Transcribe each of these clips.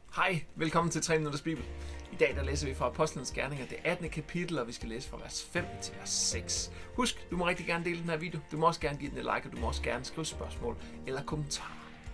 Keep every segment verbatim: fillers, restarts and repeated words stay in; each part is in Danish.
Hej, velkommen til tre minutters Bibel. I dag der læser vi fra Apostlenes Gerninger, det attende kapitel, og vi skal læse fra vers fem til vers seks. Husk, du må rigtig gerne dele den her video. Du må også gerne give den et like, og du må også gerne skrive spørgsmål eller kommentarer.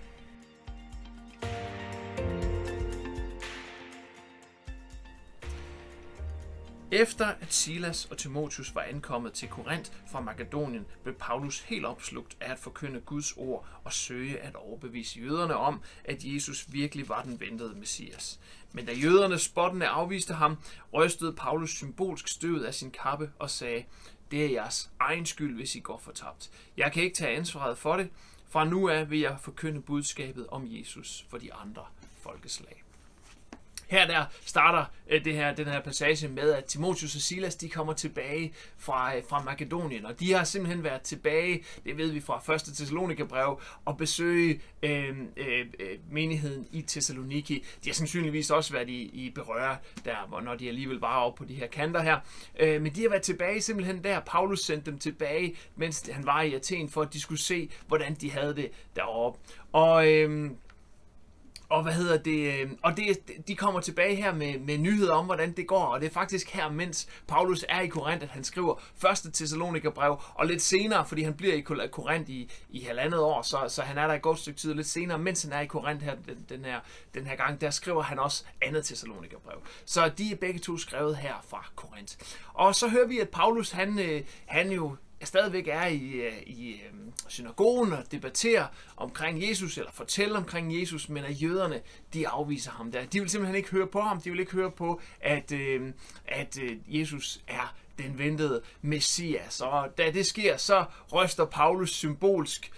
Efter at Silas og Timotheus var ankommet til Korinth fra Makedonien, blev Paulus helt opslugt af at forkynde Guds ord og søge at overbevise jøderne om, at Jesus virkelig var den ventede Messias. Men da jøderne spottende afviste ham, rystede Paulus symbolsk støvet af sin kappe og sagde: "Det er jeres egen skyld, hvis I går fortabt. Jeg kan ikke tage ansvaret for det. Fra nu af vil jeg forkynde budskabet om Jesus for de andre folkeslag." Her der starter øh, det her, den her passage med, at Timotheus og Silas de kommer tilbage fra, øh, fra Makedonien, og de har simpelthen været tilbage, det ved vi fra første Thessalonikerbrev, og besøge øh, øh, menigheden i Thessaloniki. De har sandsynligvis også været i, i berøre der, hvor, når de alligevel var oppe på de her kanter her. Øh, men de har været tilbage simpelthen der. Paulus sendte dem tilbage, mens han var i Athen, for at de skulle se, hvordan de havde det deroppe. Og... Øh, Og hvad hedder det? Og det, de kommer tilbage her med, med nyheder om, hvordan det går. Og det er faktisk her, mens Paulus er i Korinth, at han skriver første Thessalonikerbrev. Og lidt senere, fordi han bliver i Korinth i, i halvandet år, så, så han er der et godt stykke tid. Lidt senere, mens han er i Korinth her, den, den, her, den her gang, der skriver han også andet Thessalonikerbrev. Så de er begge to skrevet her fra Korinth. Og så hører vi, at Paulus, han, han jo stadigvæk er i, i synagogen og debatterer omkring Jesus, eller fortæller omkring Jesus, men at jøderne, de afviser ham der. De vil simpelthen ikke høre på ham, de vil ikke høre på, at, øh, at øh, Jesus er den ventede Messias. Og da det sker, så ryster Paulus symbolsk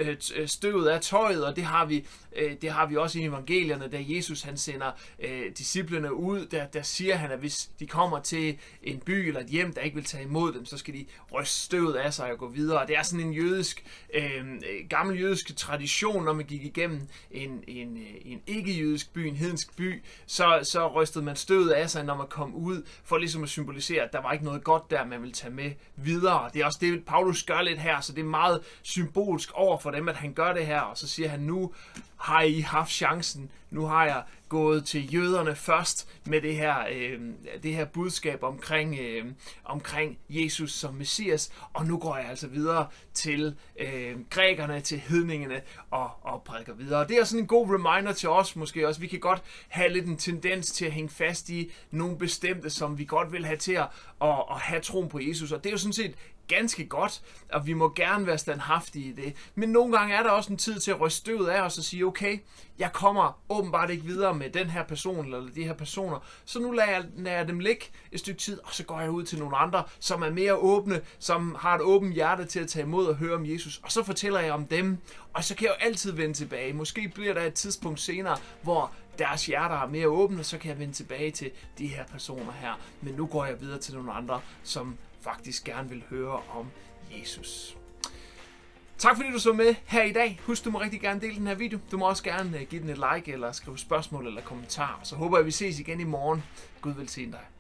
støvet af tøjet, og det har vi, det har vi også i evangelierne, da Jesus han sender øh, disciplene ud, der, der siger han, at hvis de kommer til en by eller et hjem, der ikke vil tage imod dem, så skal de ryste støvet af sig og gå videre. Og det er sådan en jødisk, øh, gammel jødisk tradition, når man gik igennem en, en, en ikke-jødisk by, en hedensk by, så, så rystede man støvet af sig, når man kom ud, for ligesom at symbolisere, at der var ikke noget godt der, man ville tage med videre. Det er også det, Paulus gør lidt her, så det er meget symbolsk over for dem, at han gør det her, og så siger han, nu har I haft chancen, nu har jeg gået til jøderne først med det her, øh, det her budskab omkring, øh, omkring Jesus som Messias, og nu går jeg altså videre til øh, grækerne, til hedningene og, og prædiker videre. Og det er sådan en god reminder til os måske også. Vi kan godt have lidt en tendens til at hænge fast i nogle bestemte, som vi godt vil have til at, at, at have troen på Jesus, og det er jo sådan set ganske godt, og vi må gerne være standhaftige i det. Men nogle gange er der også en tid til at ryste støvet af os og sige, okay, jeg kommer åbenbart ikke videre med den her person eller de her personer, så nu lader jeg, lader jeg dem ligge et stykke tid, og så går jeg ud til nogle andre, som er mere åbne, som har et åbent hjerte til at tage imod og høre om Jesus, og så fortæller jeg om dem, og så kan jeg jo altid vende tilbage. Måske bliver der et tidspunkt senere, hvor deres hjerter er mere åbne, så kan jeg vende tilbage til de her personer her, men nu går jeg videre til nogle andre, som faktisk gerne vil høre om Jesus. Tak fordi du så med her i dag. Husk, du må rigtig gerne dele den her video. Du må også gerne give den et like, eller skrive spørgsmål eller kommentar. Så håber jeg, vi ses igen i morgen. Gud velsigne dig.